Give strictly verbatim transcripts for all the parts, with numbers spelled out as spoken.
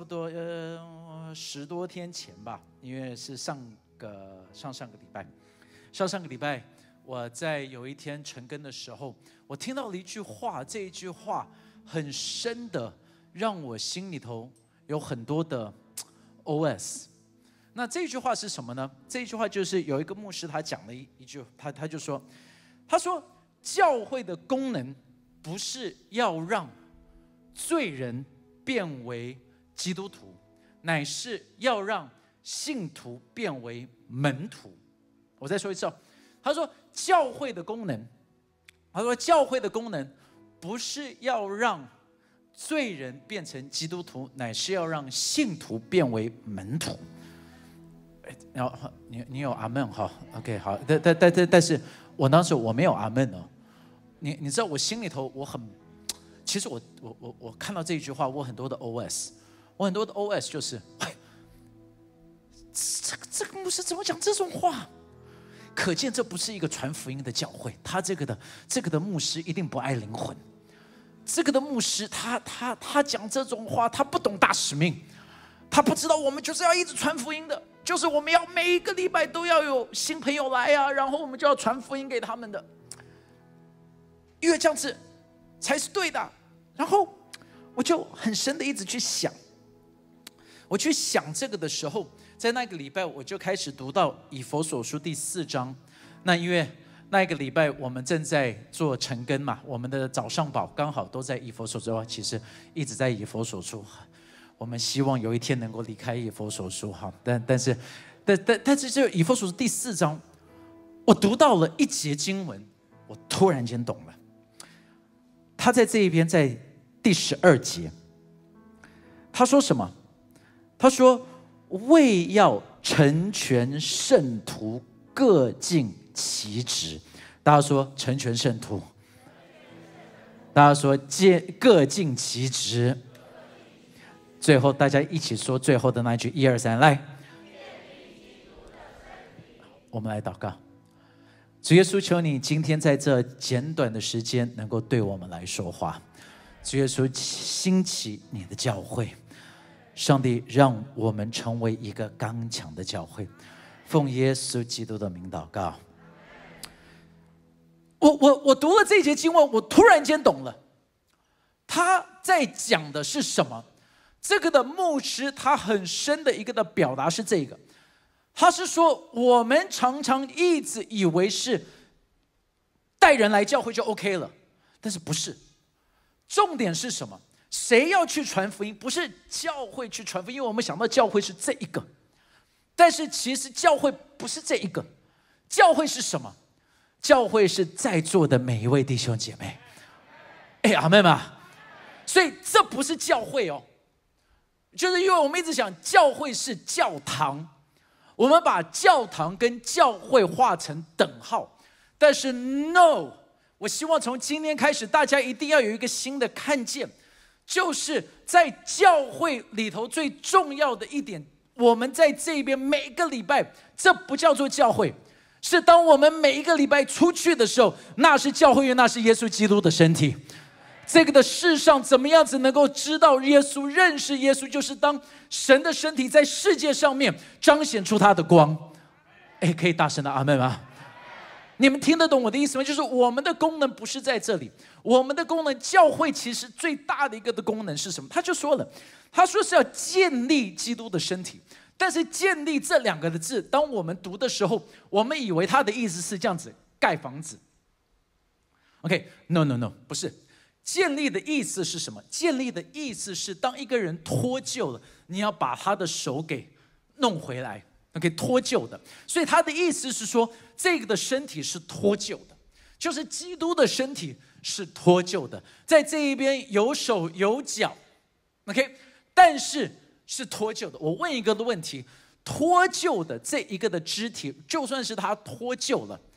多呃十多天前吧，因为是上个上上个礼拜，上上个礼拜我在有一天晨更的时候，我听到了一句话，这一句话很深的让我心里头有很多的 O S。那这句话是什么呢？这句话就是有一个牧师他讲了一一句，他他就说，他说教会的功能不是要让罪人变为基督徒，乃是要让信徒变为门徒。我再说一次，他说教会的功能，他说教会的功能不是要让罪人变成基督徒，乃是要让信徒变为门徒。然后你你有阿门哈 ，OK 好，但但但但但是我当时我没有阿门哦。你你知道我心里头我很，其实我我我我看到这一句话，我很多的 O S， 我很多的 O S 就是，哎，这个这个牧师怎么讲这种话？可见这不是一个传福音的教会，他这个的这个的牧师一定不爱灵魂，这个的牧师他他他讲这种话，他不懂大使命，他不知道我们就是要一直传福音的。就是我们要每一个礼拜都要有新朋友来啊，然后我们就要传福音给他们的，因为这样子才是对的。然后我就很深的一直去想，我去想这个的时候，在那个礼拜我就开始读到以弗所书第四章。那因为那一个礼拜我们正在做晨更嘛，我们的早上宝刚好都在以弗所书，其实一直在以弗所书。我们希望有一天能够离开以弗所书，哈，但但是，但但但是，这以弗所书第四章，我读到了一节经文，我突然间懂了。他在这一边，在第十二节，他说什么？他说：“为要成全圣徒，各尽其职。”大家说成全圣徒，大家说各尽其职。最后，大家一起说最后的那一句，一二三，来，我们来祷告。主耶稣，求你今天在这简短的时间能够对我们来说话。主耶稣，兴起你的教会，上帝让我们成为一个刚强的教会。奉耶稣基督的名祷告。我我我读了这节经文，我突然间懂了，他在讲的是什么？这个的牧师他很深的一个的表达是这个，他是说我们常常一直以为是带人来教会就 OK 了，但是不是，重点是什么？谁要去传福音？不是教会去传福音，因为我们想到教会是这一个，但是其实教会不是这一个，教会是什么？教会是在座的每一位弟兄姐妹。哎，阿们嘛，所以这不是教会哦。就是因为我们一直想教会是教堂，我们把教堂跟教会画成等号，但是 no， 我希望从今天开始大家一定要有一个新的看见，就是在教会里头最重要的一点，我们在这边每个礼拜，这不叫做教会，是当我们每一个礼拜出去的时候，那是教会，因为那是耶稣基督的身体。这个的世上怎么样子能够知道耶稣，认识耶稣，就是当神的身体在世界上面彰显出他的光。哎，可以大声的阿们吗？你们听得懂我的意思吗？就是我们的功能不是在这里，我们的功能，教会其实最大的一个的功能是什么？他就说了，他说是要建立基督的身体。但是建立这两个的字，当我们读的时候，我们以为他的意思是这样子，盖房子。OK， no no no， 不是。建立的意思是什么？建立的意思是，当一个人脱臼了，你要把他的手给弄回来 ，OK， 脱臼的。所以他的意思是说，这个的身体是脱臼的，就是基督的身体是脱臼的，在这一边有手有脚 ，OK， 但是是脱臼的。我问一个的问题：脱臼的这一个的肢体，就算是他脱臼了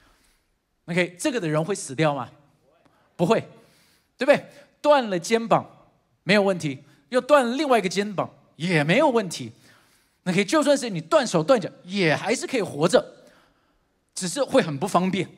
，OK， 这个的人会死掉吗？不会。对不对？断了肩膀没有问题，又断了另外一个肩膀也没有问题。那可以，就算是你断手断脚，也还是可以活着，只是会很不方便。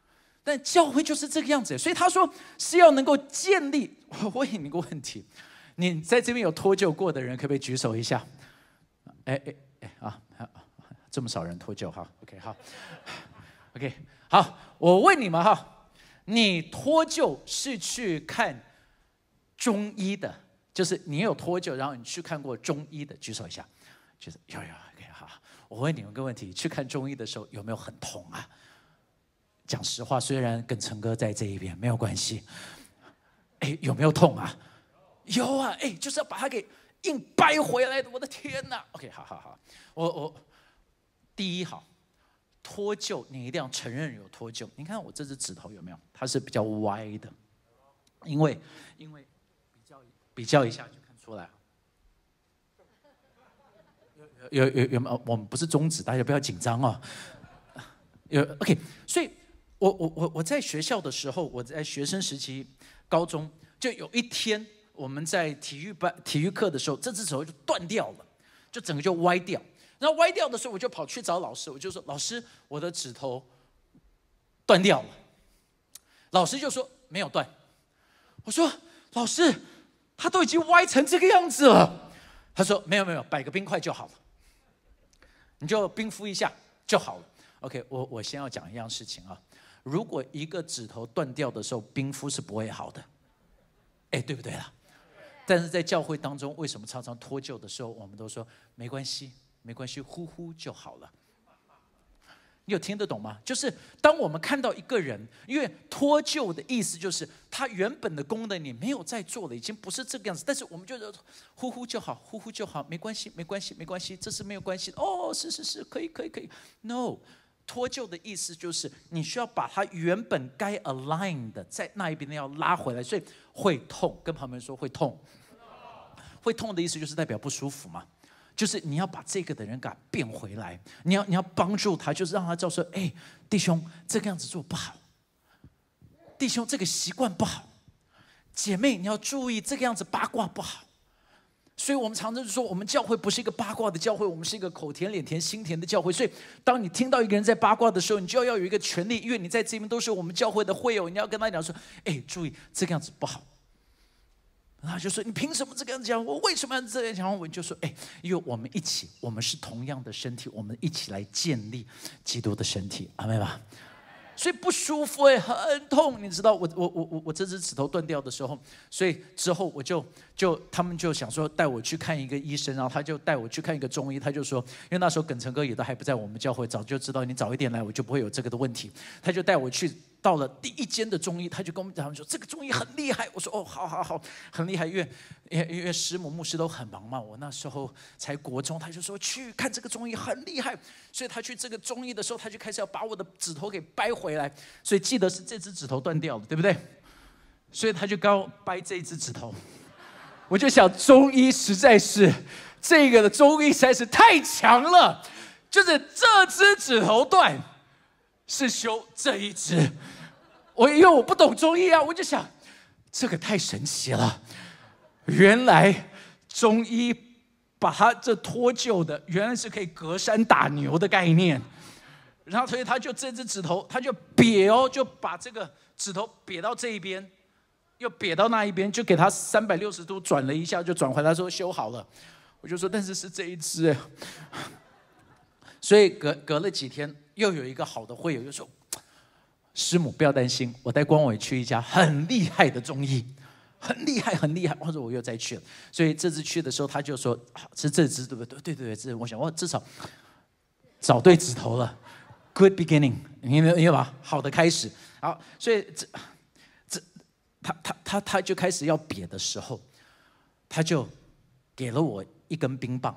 但教会就是这个样子，所以他说是要能够建立。我问你一个问题： 你在这边有脱臼过的人，可不可以举手一下？哎哎哎啊，这么少人脱臼哈 ？OK 好 ，OK 好，我问你们哈，你脱臼是去看中医的，就是你有脱臼，然后你去看过中医的，举手一下。举手，有有 OK 好。我问你们个问题，去看中医的时候有没有很痛啊？讲实话，虽然跟陈哥在这一边没有关系，哎，有没有痛啊？有啊，哎，就是要把它给硬掰回来的。我的天哪 ！OK， 好好好，我我第一好，脱臼你一定要承认有脱臼。你看我这只指头有没有？它是比较歪的，因为因为比较比较一下就看出来。有有有没有？我们不是中指，大家不要紧张哦。有 OK， 所以我我我我在学校的时候，我在学生时期，高中就有一天我们在体育班体育课的时候，这只手就断掉了，就整个就歪掉。然后歪掉的时候，我就跑去找老师，我就说：“老师，我的指头断掉了。”老师就说：“没有断。”我说：“老师，他都已经歪成这个样子了。”他说：“没有没有，摆个冰块就好了。”你就冰敷一下就好了。OK， 我我先要讲一样事情啊。如果一个指头断掉的时候，冰敷是不会好的，哎，对不对啦？但是在教会当中，为什么常常脱臼的时候，我们都说没关系，没关系，呼呼就好了。你有听得懂吗？就是当我们看到一个人，因为脱臼的意思就是他原本的功能你没有在做了，已经不是这个样子。但是我们就呼呼就好，呼呼就好，没关系，没关系，没关系，这是没有关系的。哦，是是是，可以可以可以。No， 脱臼的意思就是你需要把它原本该 align 的在那一边要拉回来，所以会痛。跟旁边说会痛，会痛的意思就是代表不舒服嘛。就是你要把这个的人给变回来，你要你要帮助他，就是让他知道说，哎，弟兄这个样子做不好，弟兄这个习惯不好，姐妹你要注意这个样子八卦不好。所以我们常常说，我们教会不是一个八卦的教会，我们是一个口甜脸甜心甜的教会。所以当你听到一个人在八卦的时候，你就要有一个权利，因为你在这边都是我们教会的会友，你要跟他讲说，哎，注意这个样子不好。然后就说你凭什么这个样子讲？我为什么要这样讲？我就说，哎，因为我们一起，我们是同样的身体，我们一起来建立基督的身体，阿们吧。所以不舒服哎，很痛，你知道我我我我我这只指头断掉的时候，所以之后我就就他们就想说带我去看一个医生，然后他就带我去看一个中医，他就说，因为那时候耿成哥也都还不在我们教会，早就知道你早一点来，我就不会有这个的问题，他就带我去。到了第一间的中医，他就跟我们讲说这个中医很厉害。我说哦，好好好，很厉害。因为因为因为师母牧师都很忙嘛，我那时候才国中，他就说去看这个中医很厉害。所以他去这个中医的时候，他就开始要把我的指头给掰回来。所以记得是这只指头断掉了，对不对？所以他就刚掰这一只指头。我就想中医实在是这个的中医实在是太强了，就是这只指头断。是修这一支，我因为我不懂中医啊，我就想这个太神奇了。原来中医把它这脱臼的，原来是可以隔山打牛的概念。然后所以他就这只指头，他就瘪哦，就把这个指头瘪到这一边，又瘪到那一边，就给他三百六十度转了一下，就转回来说修好了。我就说，但是是这一支哎。所以隔隔了几天。又有一个好的会友就说：“师母不要担心，我带光伟去一家很厉害的中医，很厉害很厉害。”或者我又再去了，所以这次去的时候他就说：“是这只对不对？对对对，这我想我至少找对指头了 ，good beginning， 你有没有你有吧？好的开始。好，所以这这他他他他就开始要瘪的时候，他就给了我一根冰棒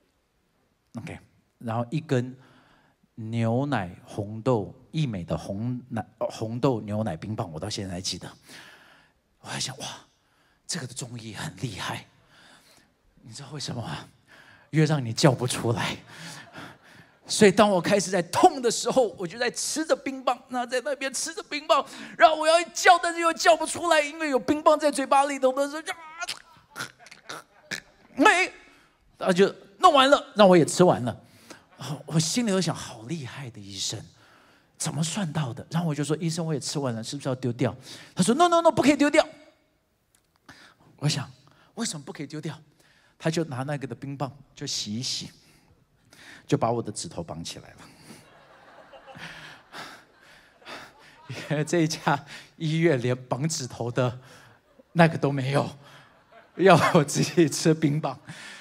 ，OK， 然后一根。”牛奶红豆益美的红奶红豆牛奶冰棒，我到现在还记得。我还想哇，这个的中医很厉害，你知道为什么吗？越让你叫不出来。所以当我开始在痛的时候，我就在吃着冰棒，那在那边吃着冰棒，然后我要叫，但是又叫不出来，因为有冰棒在嘴巴里头的时候，就没，然后就弄完了，让我也吃完了。我心里有想，好厉害的医生，怎么算到的？然后我就说，医生，我也吃完了，是不是要丢掉？他说 ，no no no， 不可以丢掉。我想， 为什么不可以丢掉？他就拿那个的冰棒就洗一洗，就把我的指头绑起来了。因为这一家医院连绑指头的那个都没有，要我自己吃冰棒。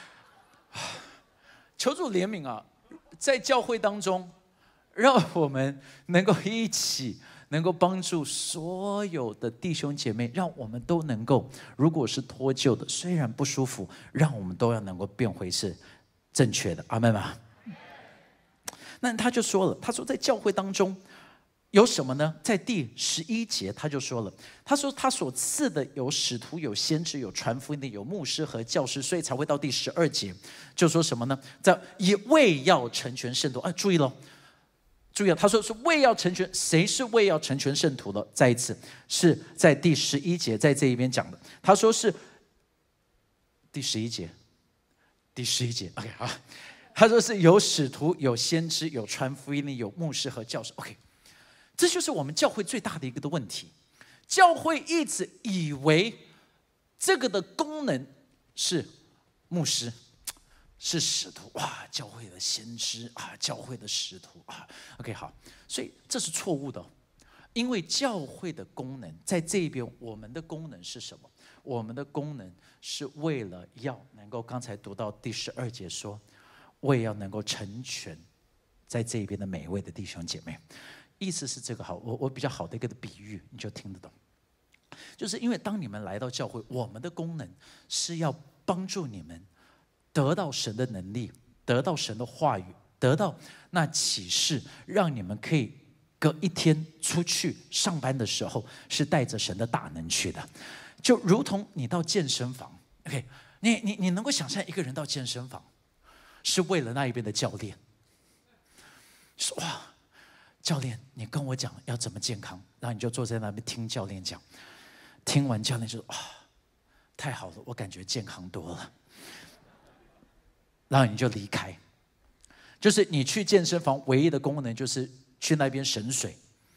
求主怜悯啊，在教会当中，让我们能够一起，能够帮助所有的弟兄姐妹，让我们都能够，如果是脱臼的，虽然不舒服，让我们都要能够变回是正确的。阿们吗？那他就说了，他说在教会当中有什么呢？在第十一节他就说了，他说他所赐的有使徒、有先知、有传福音的、有牧师和教师，所以才会到第十二节就说什么呢？在以为要成全圣徒。啊，注意了，注意了，他说是为要成全，谁是为要成全圣徒的？再一次是在第十一节，在这一边讲的。他说是第十一节，第十一节 ，OK 好。他说是有使徒、有先知、有传福音的、有牧师和教师。OK。这就是我们教会最大的一个的问题，教会一直以为这个的功能是牧师，是使徒，哇，教会的先知啊，教会的使徒啊 ，OK 好，所以这是错误的，因为教会的功能在这一边，我们的功能是什么？我们的功能是为了要能够，刚才读到第十二节说，为要能够成全在这一边的每一位的弟兄姐妹。意思是这个好，我我比较好的一个的比喻，你就听得懂。就是因为当你们来到教会，我们的功能是要帮助你们得到神的能力，得到神的话语，得到那启示，让你们可以隔一天出去上班的时候是带着神的大能去的。就如同你到健身房 ，OK， 你你你能够想象一个人到健身房是为了那一边的教练，说哇。教练，你跟我讲要怎么健康，然后你就坐在那边听教练讲，听完教练就说啊，太好了，我感觉健康多了，然后你就离开。就是你去健身房唯一的功能就是去那边省水。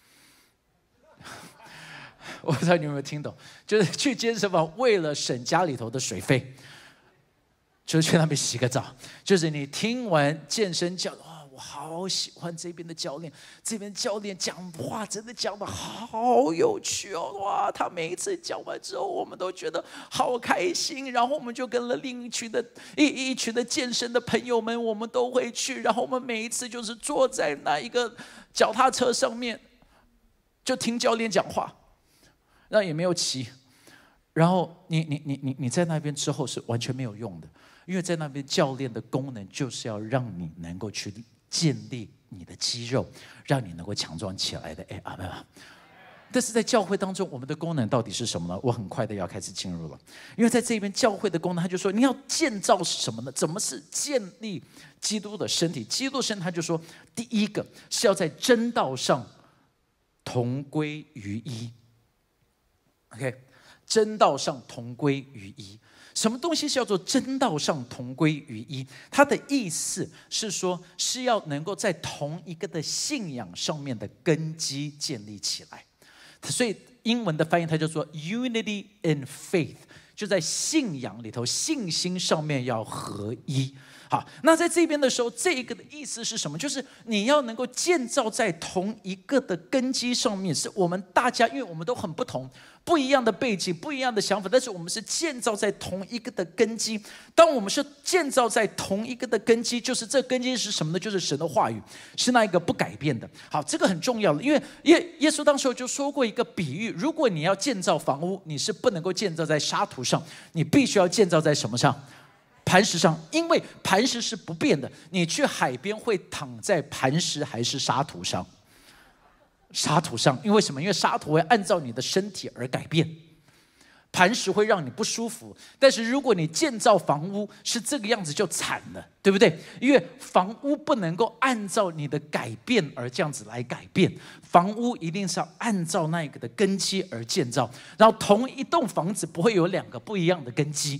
我不知道你有没有听懂，就是去健身房为了省家里头的水费，就是去那边洗个澡。就是你听完健身教。我好喜欢这边的教练，这边教练讲话真的讲得好有趣哦！哇，他每一次讲完之后，我们都觉得好开心，然后我们就跟了另一群的一一群的健身的朋友们，我们都会去，然后我们每一次就是坐在那一个脚踏车上面，就听教练讲话，那也没有骑，然后你你你你你在那边之后是完全没有用的，因为在那边教练的功能就是要让你能够去。建立你的肌肉，让你能够强壮起来的。哎，阿们。但是在教会当中，我们的功能到底是什么呢？我很快的要开始进入了，因为在这边教会的功能，他就说你要建造什么呢？怎么是建立基督的身体？基督身，他就说，第一个是要在真道上同归于一。OK， 真道上同归于一。什么东西叫做真道上同归于一？它的意思是说，是要能够在同一个的信仰上面的根基建立起来。所以英文的翻译它叫做 unity in faith， 就在信仰里头，信心上面要合一。好，那在这边的时候，这个的意思是什么？就是你要能够建造在同一个的根基上面，是我们大家，因为我们都很不同。不一样的背景，不一样的想法，但是我们是建造在同一个的根基。当我们是建造在同一个的根基，就是这根基是什么呢？就是神的话语，是那一个不改变的。好，这个很重要的，因为耶耶稣当时就说过一个比喻：如果你要建造房屋，你是不能够建造在沙土上，你必须要建造在什么上？磐石上，因为磐石是不变的。你去海边会躺在磐石还是沙土上？沙土上，因为什么？因为沙土会按照你的身体而改变，磐石会让你不舒服。但是如果你建造房屋是这个样子，就惨了，对不对？因为房屋不能够按照你的改变而这样子来改变，房屋一定是要按照那个的根基而建造。然后同一栋房子不会有两个不一样的根基。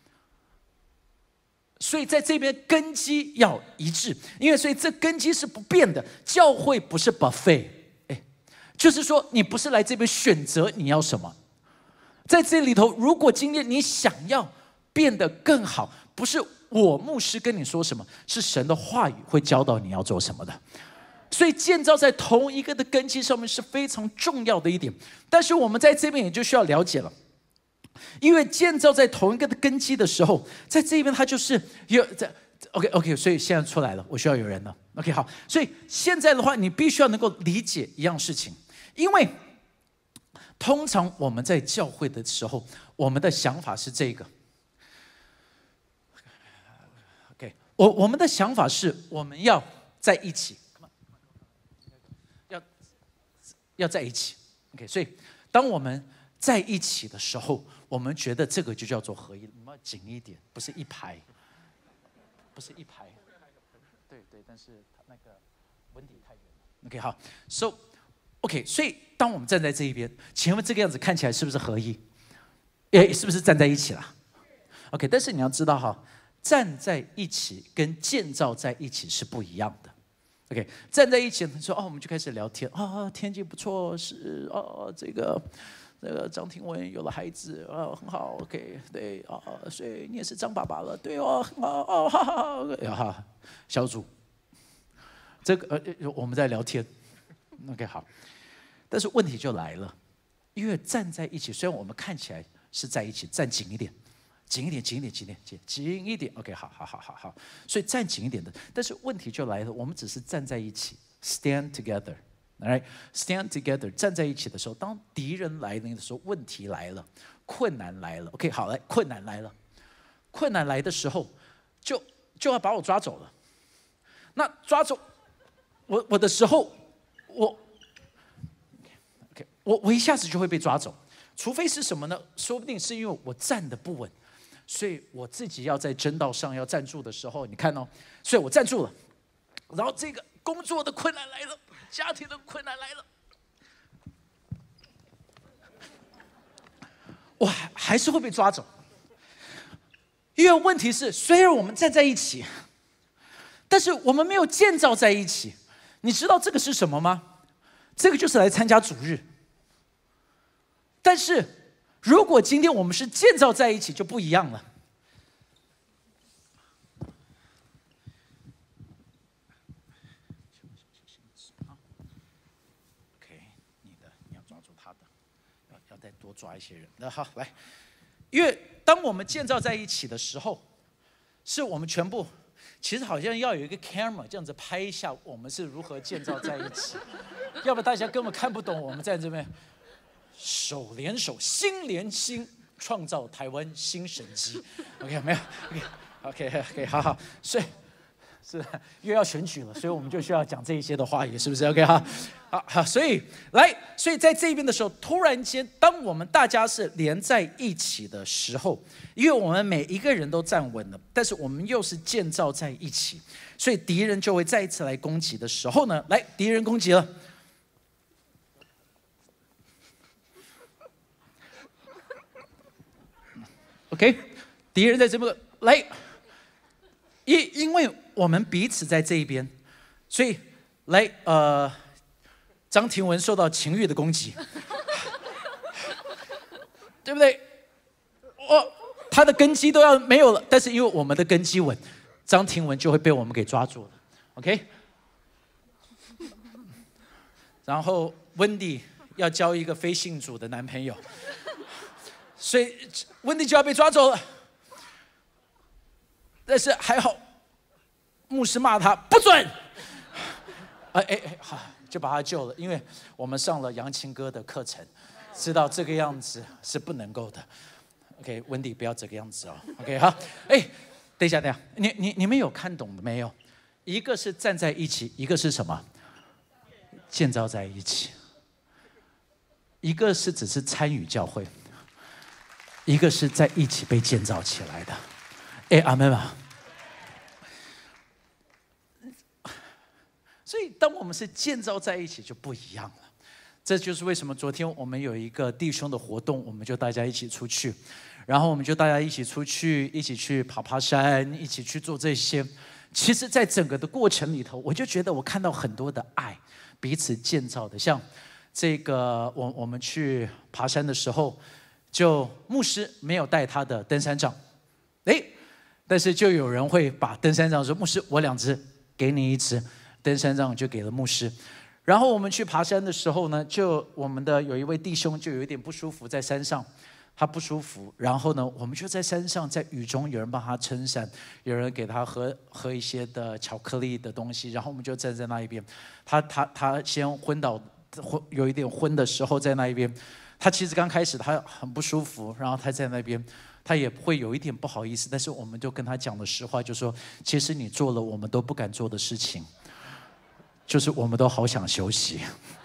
所以在这边根基要一致，因为所以这根基是不变的。教会不是 buffet， 哎，就是说你不是来这边选择你要什么。在这里头，如果今天你想要变得更好，不是我牧师跟你说什么，是神的话语会教导你要做什么的。所以建造在同一个的根基上面是非常重要的一点。但是我们在这边也就需要了解了，因为建造在同一个的根基的时候，在这边它就是有在 OK OK， 所以现在出来了，我需要有人了。OK 好，所以现在的话，你必须要能够理解一样事情，因为通常我们在教会的时候，我们的想法是这个。OK， 我我们的想法是我们要在一起。要在一起 ，OK， 所以当我们在一起的时候，我们觉得这个就叫做合一。我们要紧一点，不是一排，不是一排。对对，但是那个温底太远了。OK， 好 ，So OK， 所以当我们站在这一边，请问这个样子看起来是不是合一？诶，是不是站在一起了 ？OK， 但是你要知道哈，站在一起跟建造在一起是不一样的。OK， 站在一起，说哦，我们就开始聊天啊、哦，天气不错，是哦，这个这个张庭文有了孩子啊、哦，很好 ，OK， 对啊、哦，所以你也是张爸爸了，对哦，很好哦，哈哈哈，哈，小组，这个呃，我们在聊天 ，OK， 好，但是问题就来了，因为站在一起，虽然我们看起来是在一起，站紧一点。紧一点，紧一点，紧一点，紧紧一点。OK， 好，好，好，好，好。所以站紧一点的，但是问题就来了，我们只是站在一起 ，stand together，right？ stand together， 站在一起的时候，当敌人来临的时候，问题来了，困难来了。OK， 好，来，困难来了，困难来的时候，就就要把我抓走了。那抓走我我的时候，我 OK， 我我一下子就会被抓走，除非是什么呢？说不定是因为我站得不稳。所以我自己要在真道上要站住的时候，你看哦，所以我站住了，然后这个工作的困难来了，家庭的困难来了，我还还是会被抓走。因为问题是，虽然我们站在一起，但是我们没有建造在一起。你知道这个是什么吗？这个就是来参加主日。但是如果今天我们是建造在一起，就不一样了。OK， 你的你要抓住他的，要要再多抓一些人。那好，来，因为当我们建造在一起的时候，是我们全部，其实好像要有一个 camera 这样子拍一下，我们是如何建造在一起，要不然大家根本看不懂我们在这边。手连手，心连心，创造台湾新神迹。OK， 没有 ？OK，OK，、okay, okay, 好好，所以是又要选举了，所以我们就需要讲这一些的话语，是不是 ？OK， 好，好，好，所以来，所以在这边的时候，突然间，当我们大家是连在一起的时候，因为我们每一个人都站稳了，但是我们又是建造在一起，所以敌人就会再一次来攻击的时候呢，来，敌人攻击了。OK， 敌人在这边来，因因为我们彼此在这一边，所以来呃，张庭文受到情欲的攻击，对不对？哦，他的根基都要没有了，但是因为我们的根基稳，张庭文就会被我们给抓住了。OK， 然后温迪要交一个非信主的男朋友。所以温迪就要被抓走了，但是还好，牧师骂他不准，哎哎哎，好，就把他救了，因为我们上了杨琴哥的课程，知道这个样子是不能够的。OK， 温迪不要这个样子哦。OK， 好，哎，等一下，等一下，你你你们有看懂的没有？一个是站在一起，一个是什么？建造在一起。一个是只是参与教会。一个是在一起被建造起来的，哎，阿门吧。所以，当我们是建造在一起，就不一样了。这就是为什么昨天我们有一个弟兄的活动，我们就大家一起出去，然后我们就大家一起出去，一起去爬爬山，一起去做这些。其实，在整个的过程里头，我就觉得我看到很多的爱，彼此建造的。像这个，我我们去爬山的时候。就牧师没有带他的登山杖哎，但是就有人会把登山杖说：“牧师，我两只，给你一只。”登山杖就给了牧师。然后我们去爬山的时候呢，就我们的有一位弟兄就有一点不舒服，在山上。他不舒服，然后呢，我们就在山上，在雨中，有人帮他撑伞，有人给他喝喝一些的巧克力的东西，然后我们就站在那一边。他他他先昏倒，昏有一点昏的时候在那一边。他其实刚开始他很不舒服，然后他在那边，他也会有一点不好意思，但是我们就跟他讲了实话，就说其实你做了我们都不敢做的事情，就是我们都好想休息。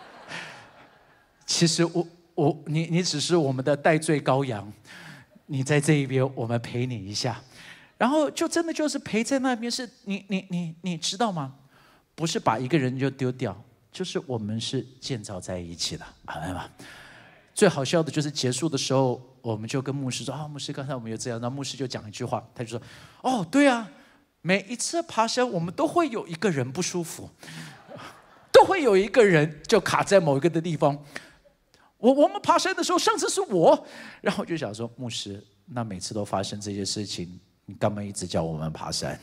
其实我。我你你只是我们的代罪羔羊，你在这一边，我们陪你一下，然后就真的就是陪在那边，是你你你你知道吗？不是把一个人就丢掉，就是我们是建造在一起的，好吗？最好笑的就是结束的时候，我们就跟牧师说啊，牧师刚才我们有这样，那牧师就讲一句话，他就说，哦，对啊，每一次爬山我们都会有一个人不舒服，都会有一个人就卡在某一个的地方。我我们爬山的时候，上次是我，然后我就想说，牧师，那每次都发生这些事情，你干嘛一直叫我们爬山？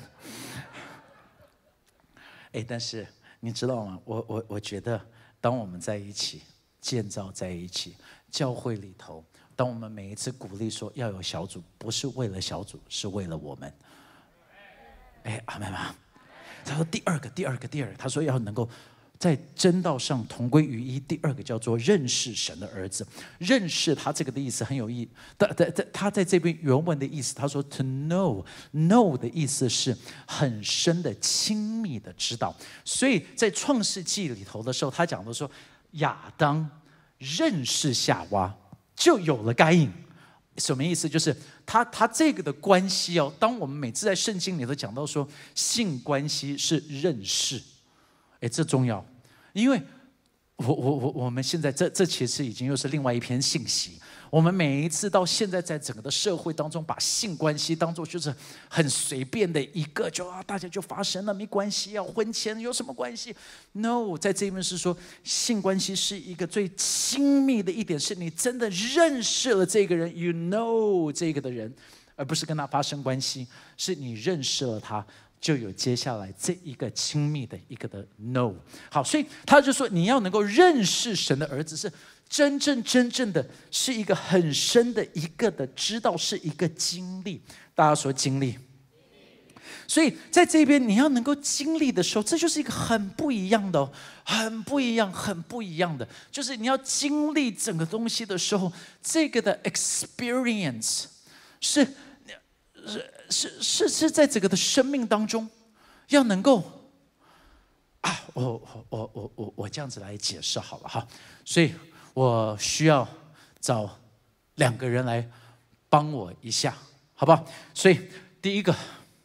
哎，但是你知道吗？我我我觉得，当我们在一起建造在一起，教会里头，当我们每一次鼓励说要有小组，不是为了小组，是为了我们。哎，阿妹妈，他说第二个，第二个，第二个，他说要能够。在真道上同归于一。第二个叫做认识神的儿子，认识他这个的意思很有意义。他在他在这边原文的意思，他说 to know know 的意思是很深的、亲密的知道。所以在创世纪里头的时候，他讲的说亚当认识夏娃，就有了该隐。什么意思？就是他他这个的关系哦。当我们每次在圣经里头讲到说性关系是认识。哎，这重要，因为我我我我们现在这这其实已经又是另外一篇信息。我们每一次到现在，在整个的社会当中，把性关系当作就是很随便的一个，就啊大家就发生了，没关系啊，婚前有什么关系 ？No， 在这边是说性关系是一个最亲密的一点，是你真的认识了这个人 ，you know 这个的人，而不是跟他发生关系，是你认识了他。就有接下来这一个亲密的一个的 no。 好，所以他就说你要能够认识神的儿子，是真正真正的是一个很深的一个的知道，是一个经历。大家说经历，所以在这边你要能够经历的时候，这就是一个很不一样的、哦、很不一样很不一样的，就是你要经历整个东西的时候，这个的 experience 是是是是是在整个的生命当中，要能够啊，我我我我我我这样子来解释好了哈，所以我需要找两个人来帮我一下，好不好？所以第一个，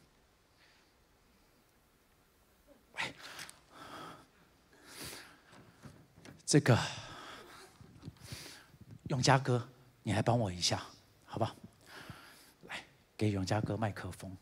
这个永嘉哥，你来帮我一下，好不好？给永嘉哥麦克风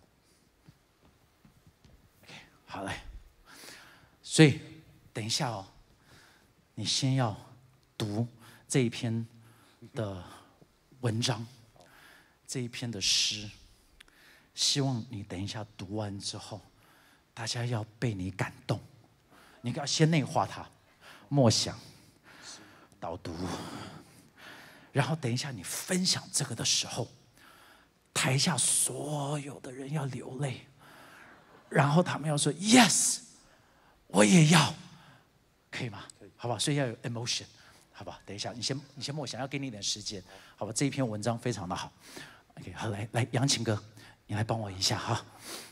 ，OK， 好嘞。所以等一下哦，你先要读这一篇的文章，这一篇的诗。希望你等一下读完之后，大家要被你感动。你要先内化它，默想、导读，然后等一下你分享这个的时候。台下所有的人要流泪，然后他们要说 yes， 我也要，可以吗？可以，好不好？所以要有 emotion， 好不好？等一下，你先你先默想，要给你一点时间，好吧？这一篇文章非常的好 ，OK， 好，来来，杨琴哥，你来帮我一下哈。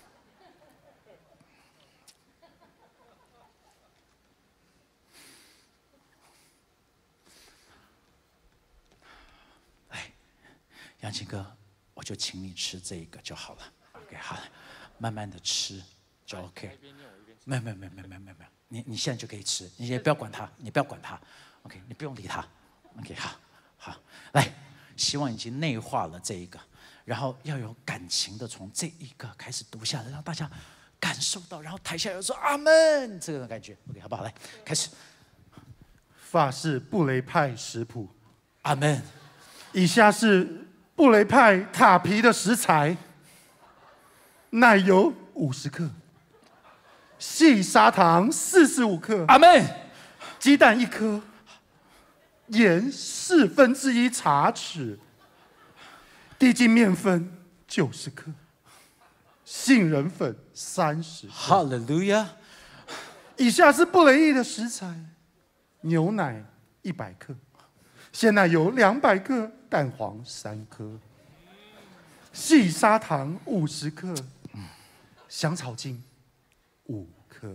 来，杨琴哥。我就请你吃这一个就好了 ，OK， 好了，慢慢的吃就 OK。没有没有没有没有没有没有，你你现在就可以吃，你也不要管他，你不要管他 ，OK， 你不用理他 ，OK， 好，好，来，希望已经内化了这一个，然后要有感情的从这一个开始读下来，让大家感受到，然后台下有说阿门这个感觉 ，OK， 好不好？来，开始。 法式布雷派食谱， 阿门。 以下是布雷派塔皮的食材： 奶油五十克，细砂糖四十五克， 阿门。 鸡蛋一颗，盐四分之一茶匙，低筋面粉九十克，杏仁粉三十克。 哈利路亚。 以下是不雷意的食材：牛奶一百克，鲜奶油两百克，蛋黄三颗，细砂糖五十克，香草精五克。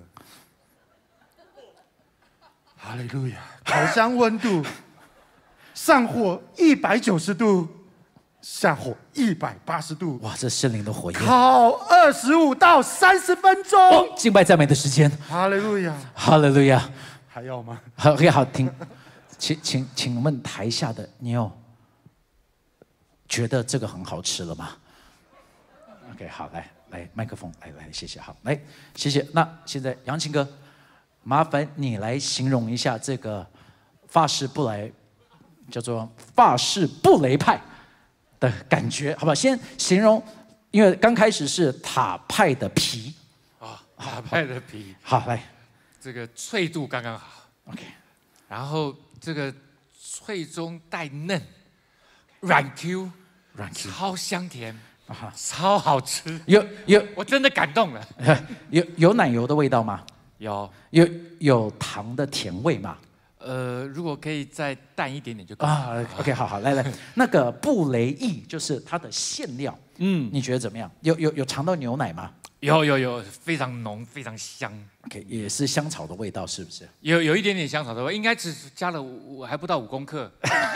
哈利路亚！烤箱温度：上火一百九十度，下火一百八十度。 哇，这圣灵的火焰！ 烤二十五到三十分钟。 哦，敬拜赞美的时间。 哈利路亚！ 哈利路亚！ 还要吗？ 好，OK，好听。请请请问台下的你有觉得这个很好吃了吗 ？OK， 好，来来，麦克风，来来，谢谢，好，来，谢谢。那现在杨琴哥，麻烦你来形容一下这个法式布莱，叫做法式布雷派的感觉，好不好？先形容，因为刚开始是塔派的皮， 啊，塔派的皮， 好，来， 这个脆度刚刚好 ，OK， 然后这个脆中带嫩，软 Q， 软 Q， 超香甜， 啊， 超好吃， 有有我真的感动了。 有有奶油的味道吗？ 有， 有有糖的甜味吗？ 呃，如果可以再淡一点点就更好。 啊 ，OK， 好好，来来，那个布雷意就是它的馅料，嗯，你觉得怎么样？有有有尝到牛奶吗有有有，非常浓，非常香。 ？OK， 也是香草的味道，是不是？ 有有一点点香草的味，应该只加了五还不到五公克。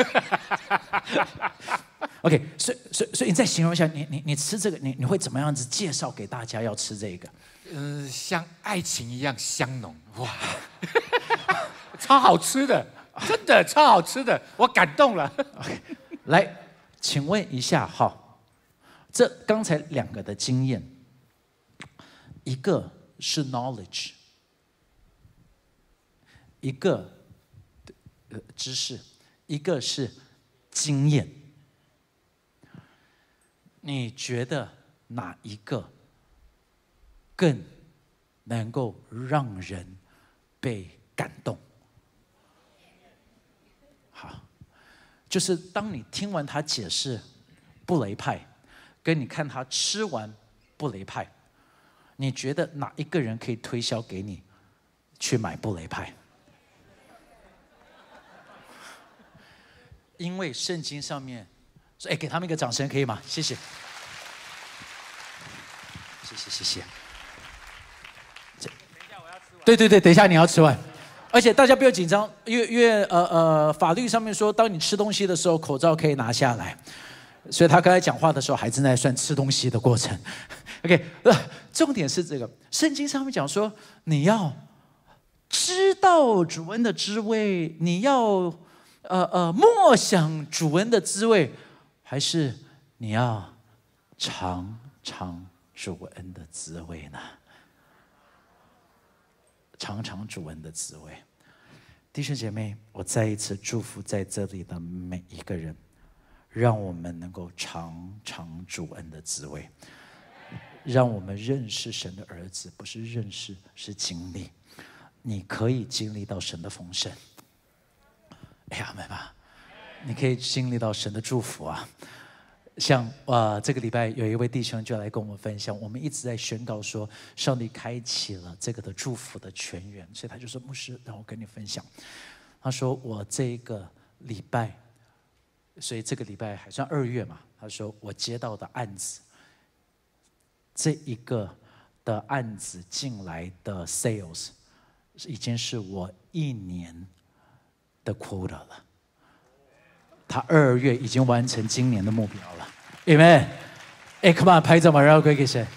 OK， 所以所以所以你再形容一下，你你你吃这个，你你会怎么样子介绍给大家要吃这个？ 呃，像爱情一样香浓，哇，超好吃的，真的超好吃的，我感动了。 OK， 来，请问一下，哈，这刚才两个的经验，一个是 knowledge， 一个呃知识，一个是经验。你觉得哪一个更能够让人被感动？好，就是当你听完他解释布雷派，跟你看他吃完布雷派，你觉得哪一个人可以推销给你去买布雷派？因为圣经上面说，哎，给他们一个掌声可以吗？谢谢，谢谢，谢谢。对对对，等一下你要吃完，而且大家不要紧张，因为因为呃呃，法律上面说，当你吃东西的时候，口罩可以拿下来，所以他刚才讲话的时候还正在算吃东西的过程。OK， 呃，重点是这个，圣经上面讲说，你要知道主恩的滋味，你要呃呃默想主恩的滋味，还是你要尝尝主恩的滋味呢？尝尝主恩的滋味。弟兄姐妹，我再一次祝福在这里的每一个人，让我们能够尝尝主恩的滋味，让我们认识神的儿子，不是认识，是经历。你可以经历到神的丰盛，哎呀，妹吧，你可以经历到神的祝福啊。像呃，这个礼拜有一位弟兄就来跟我们分享，我们一直在宣告说，上帝开启了这个的祝福的泉源，所以他就说：“牧师，让我跟你分享。”他说：“我这个礼拜，所以这个礼拜还算二月嘛。”他说：“我接到的案子，这一个的案子进来的 sales， 已经是我一年的 quota 了。”他二月已经完成今年的目标了 ，Amen。哎 ，Come on， 拍照嘛，然后归给谁？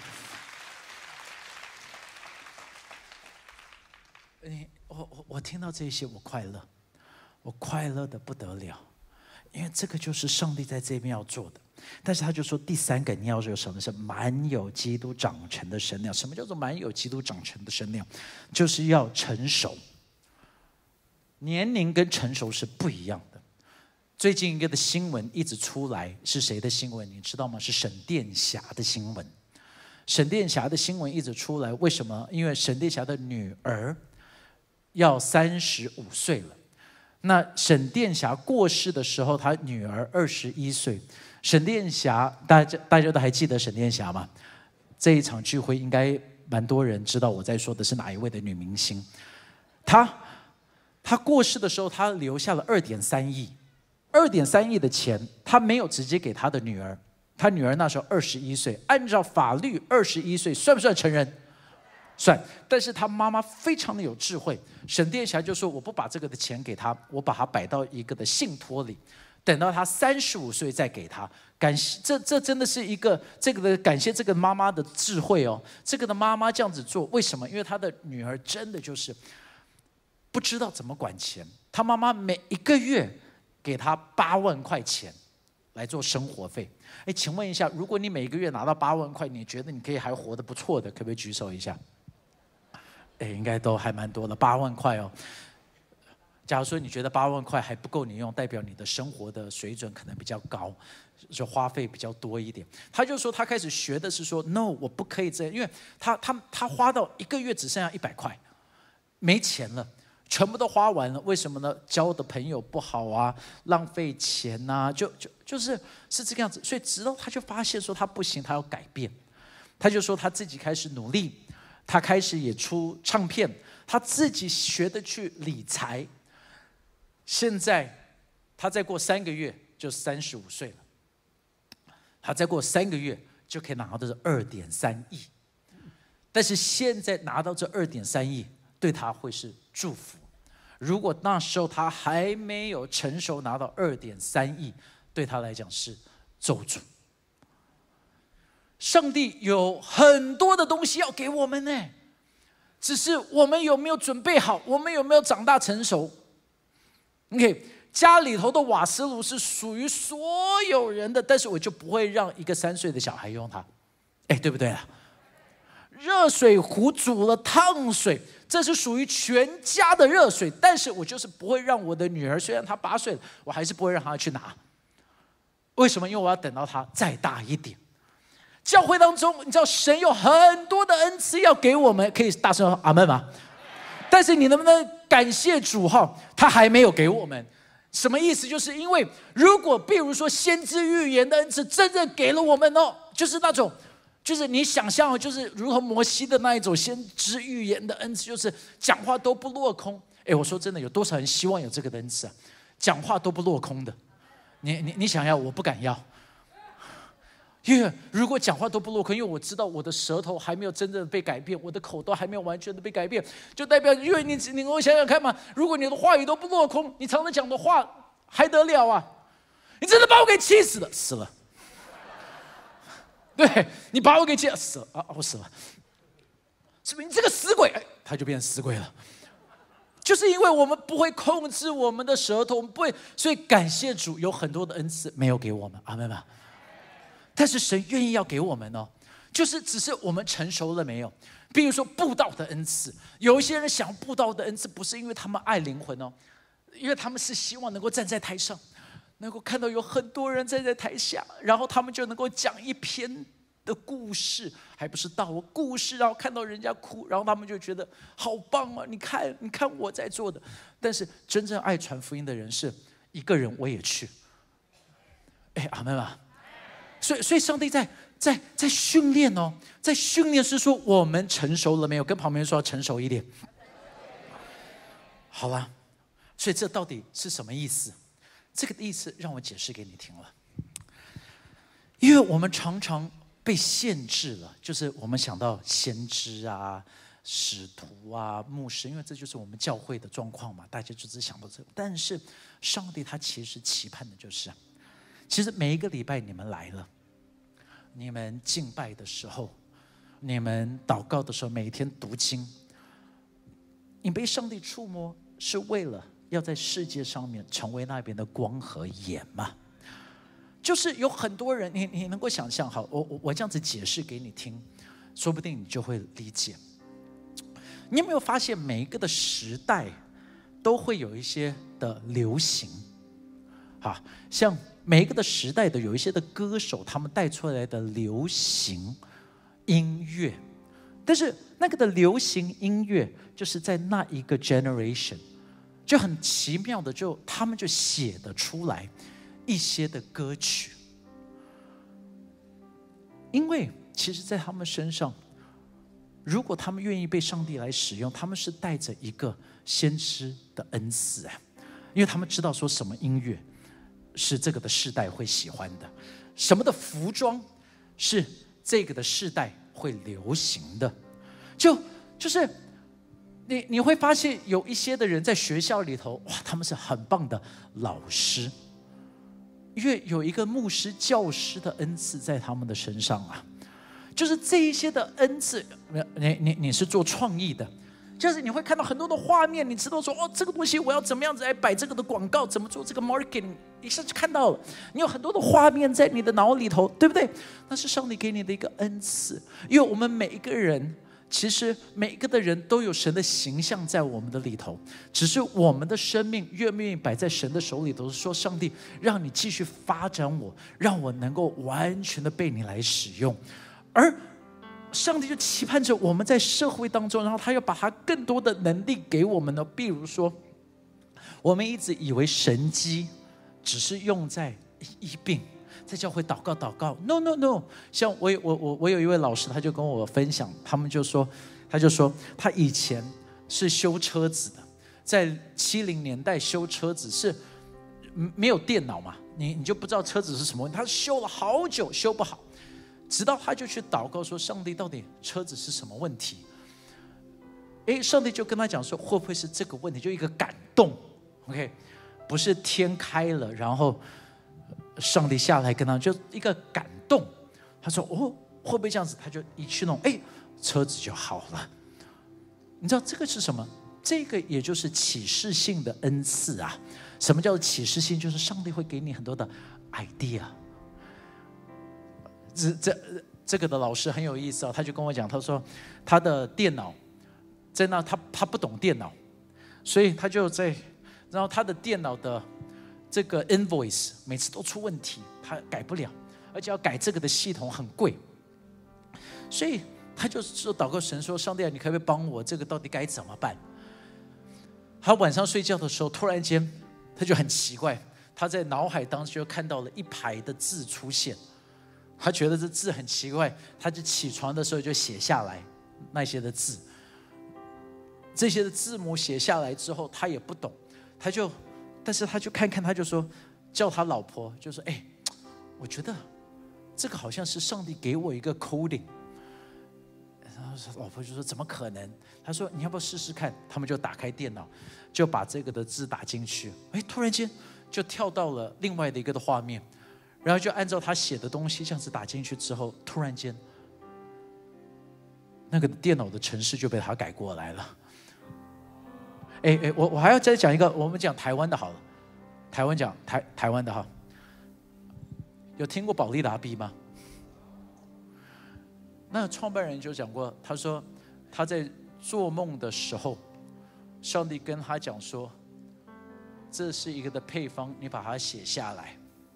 你，我我我听到这些，我快乐，我快乐的不得了，因为这个就是上帝在这边要做的。但是他就说，第三个你要有什么是满有基督长成的身量？什么叫做满有基督长成的身量？就是要成熟。年龄跟成熟是不一样的。最近一个的新闻一直出来，是谁的新闻？你知道吗？是沈殿霞的新闻。 沈殿霞的新闻一直出来，为什么？因为沈殿霞的女儿要三十五岁了。那沈殿霞过世的时候，她女儿二十一岁。沈殿霞，大家大家都还记得沈殿霞吗？这一场聚会应该蛮多人知道我在说的是哪一位的女明星。她她过世的时候，她留下了二点三亿，二点三亿的钱，她没有直接给她的女儿。她女儿那时候二十一岁，按照法律二十一岁算不算成人？算。但是她妈妈非常的有智慧，沈殿霞就说：“我不把这个的钱给她，我把它摆到一个的信托里。”等到他三十五岁再给他，感谢这这真的是一个这个的感谢这个妈妈的智慧哦。这个的妈妈这样子做，为什么？因为她的女儿真的就是不知道怎么管钱。她妈妈每一个月给她八万块钱来做生活费。哎，请问一下，如果你每个月拿到八万块，你觉得你可以还活得不错的，可不可以举手一下？哎，应该都还蛮多的，八万块哦。假如说你觉得八万块还不够你用，代表你的生活的水准可能比较高，就花费比较多一点。他就说他开始学的是说 ，no， 我不可以这样，因为他他他花到一个月只剩下一百块，没钱了，全部都花完了。为什么呢？交的朋友不好啊，浪费钱呐、啊，就就就是是这个样子。所以直到他就发现说他不行，他要改变。他就说他自己开始努力，他开始也出唱片，他自己学的去理财。现在，他再过三个月就三十五岁了。他再过三个月就可以拿到这二点三亿，但是现在拿到这二点三亿，对他会是祝福。如果那时候他还没有成熟拿到二点三亿，对他来讲是咒诅。上帝有很多的东西要给我们呢，只是我们有没有准备好？我们有没有长大成熟？ OK， 家里头的瓦斯炉是属于所有人的，但是我就不会让一个三岁的小孩用它，哎，对不对啊？热水壶煮了烫水，这是属于全家的热水，但是我就是不会让我的女儿，虽然她八岁了，我还是不会让她去拿。为什么？因为我要等到她再大一点。教会当中，你知道神有很多的恩赐要给我们，可以大声说阿们吗？但是你能不能感谢主哈？他还没有给我们，什么意思？就是因为如果比如说先知预言的恩赐真正给了我们哦，就是那种，就是你想象，就是如同摩西的那一种先知预言的恩赐，就是讲话都不落空。哎，我说真的，有多少人希望有这个恩赐啊？讲话都不落空的，你你你想要，我不敢要。 因为如果讲话都不落空，因为我知道我的舌头还没有真正的被改变，我的口都还没有完全的被改变，就代表，因为你你能够想想看嘛，如果你的话语都不落空，你常常讲的话还得了啊？你真的把我给气死了，死了。对你把我给气死了啊！我死了，是不是？你这个死鬼，哎，他就变成死鬼了。就是因为我们不会控制我们的舌头，我们不会，所以感谢主有很多的恩赐没有给我们，阿们吗？ 但是神愿意要给我们哦，就是只是我们成熟了没有？比如说布道的恩赐，有一些人想布道的恩赐，不是因为他们爱灵魂哦，因为他们是希望能够站在台上，能够看到有很多人站在台下，然后他们就能够讲一篇的故事，还不是道故事，然后看到人家哭，然后他们就觉得好棒啊！你看，你看我在做的。但是真正爱传福音的人是一个人我也去，哎，阿们啊！ 所以，所以上帝在在在训练哦，在训练是说我们成熟了没有？跟旁边说要成熟一点。好了，所以这到底是什么意思？这个意思让我解释给你听了。因为我们常常被限制了，就是我们想到先知啊、使徒啊、牧师，因为这就是我们教会的状况嘛，大家就只想到这个。但是上帝他其实期盼的就是。 其实每一个礼拜你们来了，你们敬拜的时候，你们祷告的时候，每一天读经，你被上帝触摸，是为了要在世界上面成为那边的光和盐嘛？就是有很多人，你你能够想象，好，我我我这样子解释给你听，说不定你就会理解。你有没有发现，每一个的时代都会有一些的流行，啊，像。 每一个的时代的有一些的歌手，他们带出来的流行音乐，但是那个的流行音乐就是在那一个 generation 就很奇妙的，就他们就写得出来一些的歌曲，因为其实在他们身上，如果他们愿意被上帝来使用，他们是带着一个先知的恩赐啊，因为他们知道说什么音乐是这个的世代会喜欢的，什么的服装是这个的世代会流行的，就就是你你会发现有一些的人在学校里头，哇，他们是很棒的老师，因为有一个牧师教师的恩赐在他们的身上啊，就是这一些的恩赐，你你你是做创意的，就是你会看到很多的画面，你知道说哦，这个东西我要怎么样子来摆这个的广告，怎么做这个 marketing， 一下就看到了，你有很多的画面在你的脑里头，对不对？那是上帝给你的一个恩赐，因为我们每一个人，其实每一个的人都有神的形象在我们的里头，只是我们的生命愿不愿意摆在神的手里头，说上帝让你继续发展我，让我能够完全的被你来使用，而上帝就期盼着我们在社会当中，然后他要把他更多的能力给我们呢。比如说，我们一直以为神迹只是用在医病，在教会祷告祷告 ，no no no。像我我我我有一位老师，他就跟我分享，他们就说，他就说他以前是修车子的，在七零年代修车子是没有电脑嘛，你你就不知道车子是什么问题，他修了好久修不好。直到他就去祷告说，上帝到底车子是什么问题？诶，上帝就跟他讲说，会不会是这个问题？就一个感动 ，OK， 不是天开了，然后上帝下来跟他就一个感动。他说哦，会不会这样子？他就一去弄，诶，车子就好了。你知道这个是什么？这个也就是启示性的恩赐啊。什么叫做启示性？就是上帝会给你很多的 idea。这这这个的老师很有意思啊，他就跟我讲，他说他的电脑在那，他他不懂电脑，所以他就在，然后他的电脑的这个 invoice 每次都出问题，他改不了，而且要改这个的系统很贵，所以他就说祷告神说，上帝啊，你可不可以帮我？这个到底该怎么办？他晚上睡觉的时候，突然间他就很奇怪，他在脑海当中就看到了一排的字出现。他觉得这字很奇怪，他就起床的时候就写下来那些的字，这些的字母写下来之后，他也不懂，他就，但是他就看看，他就说，叫他老婆，就说，哎，我觉得这个好像是上帝给我一个 coding， 然后老婆就说怎么可能？他说你要不要试试看？他们就打开电脑，就把这个的字打进去，哎，突然间就跳到了另外的一个的画面。然后就按照他写的东西这样子打进去之后，突然间，那个电脑的程式就被他改过来了。哎哎，我我还要再讲一个，我们讲台湾的好了，台湾讲台台湾的哈，有听过保利达 B 吗？那创办人就讲过，他说他在做梦的时候，上帝跟他讲说，这是一个的配方，你把它写下来。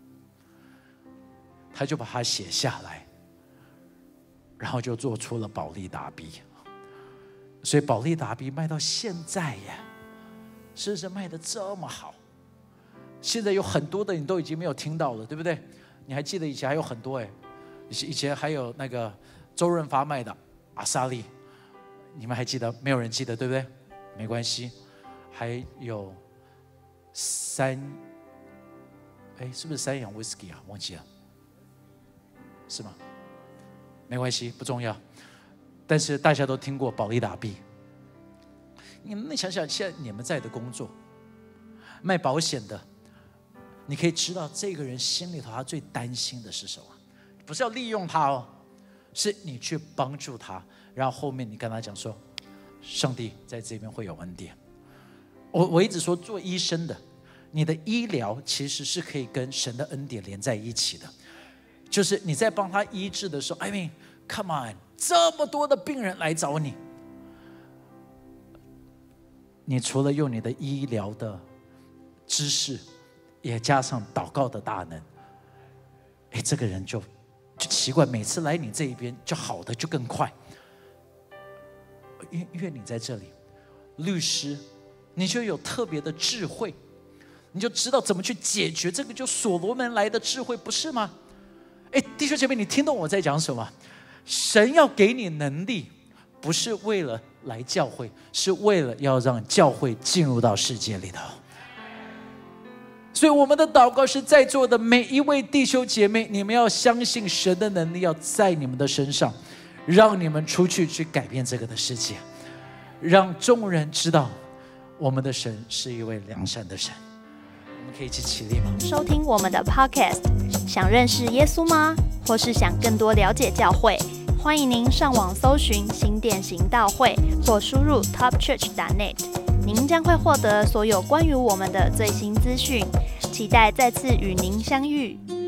他就把它写下来，然后就做出了保利达 B， 所以保利达 B 卖到现在呀，是不是卖得这么好？现在有很多的你都已经没有听到了，对不对？你还记得以前还有很多哎，以前还有那个周润发卖的阿萨利，你们还记得？没有人记得，对不对？没关系，还有三，哎，是不是三洋 whisky 啊？忘记了。是吗？没关系，不重要。但是大家都听过保利达 B。你们想想，现在你们在的工作，卖保险的，你可以知道这个人心里头他最担心的是什么？不是要利用他哦，是你去帮助他，然后后面你跟他讲说，上帝在这边会有恩典。我我一直说，做医生的，你的医疗其实是可以跟神的恩典连在一起的。就是你在帮他医治的时候 I mean come on， 这么多的病人来找你，你除了用你的医疗的知识，也加上祷告的大能，哎，这个人就就奇怪，每次来你这一边就好的就更快。因因为你在这里，律师，你就有特别的智慧，你就知道怎么去解决这个，就所罗门来的智慧，不是吗？哎，弟兄姐妹，你听懂我在讲什么？神要给你能力，不是为了来教会，是为了要让教会进入到世界里头。所以我们的祷告是在座的每一位弟兄姐妹，你们要相信神的能力要在你们的身上，让你们出去去改变这个的世界，让众人知道我们的神是一位良善的神。我们可以一起起立吗？ 收听我们的 Podcast， 想认识耶稣吗？或是想更多了解教会？欢迎您上网搜寻新店行道会，或输入 top church dot net， 您将会获得所有关于我们的最新资讯。期待再次与您相遇。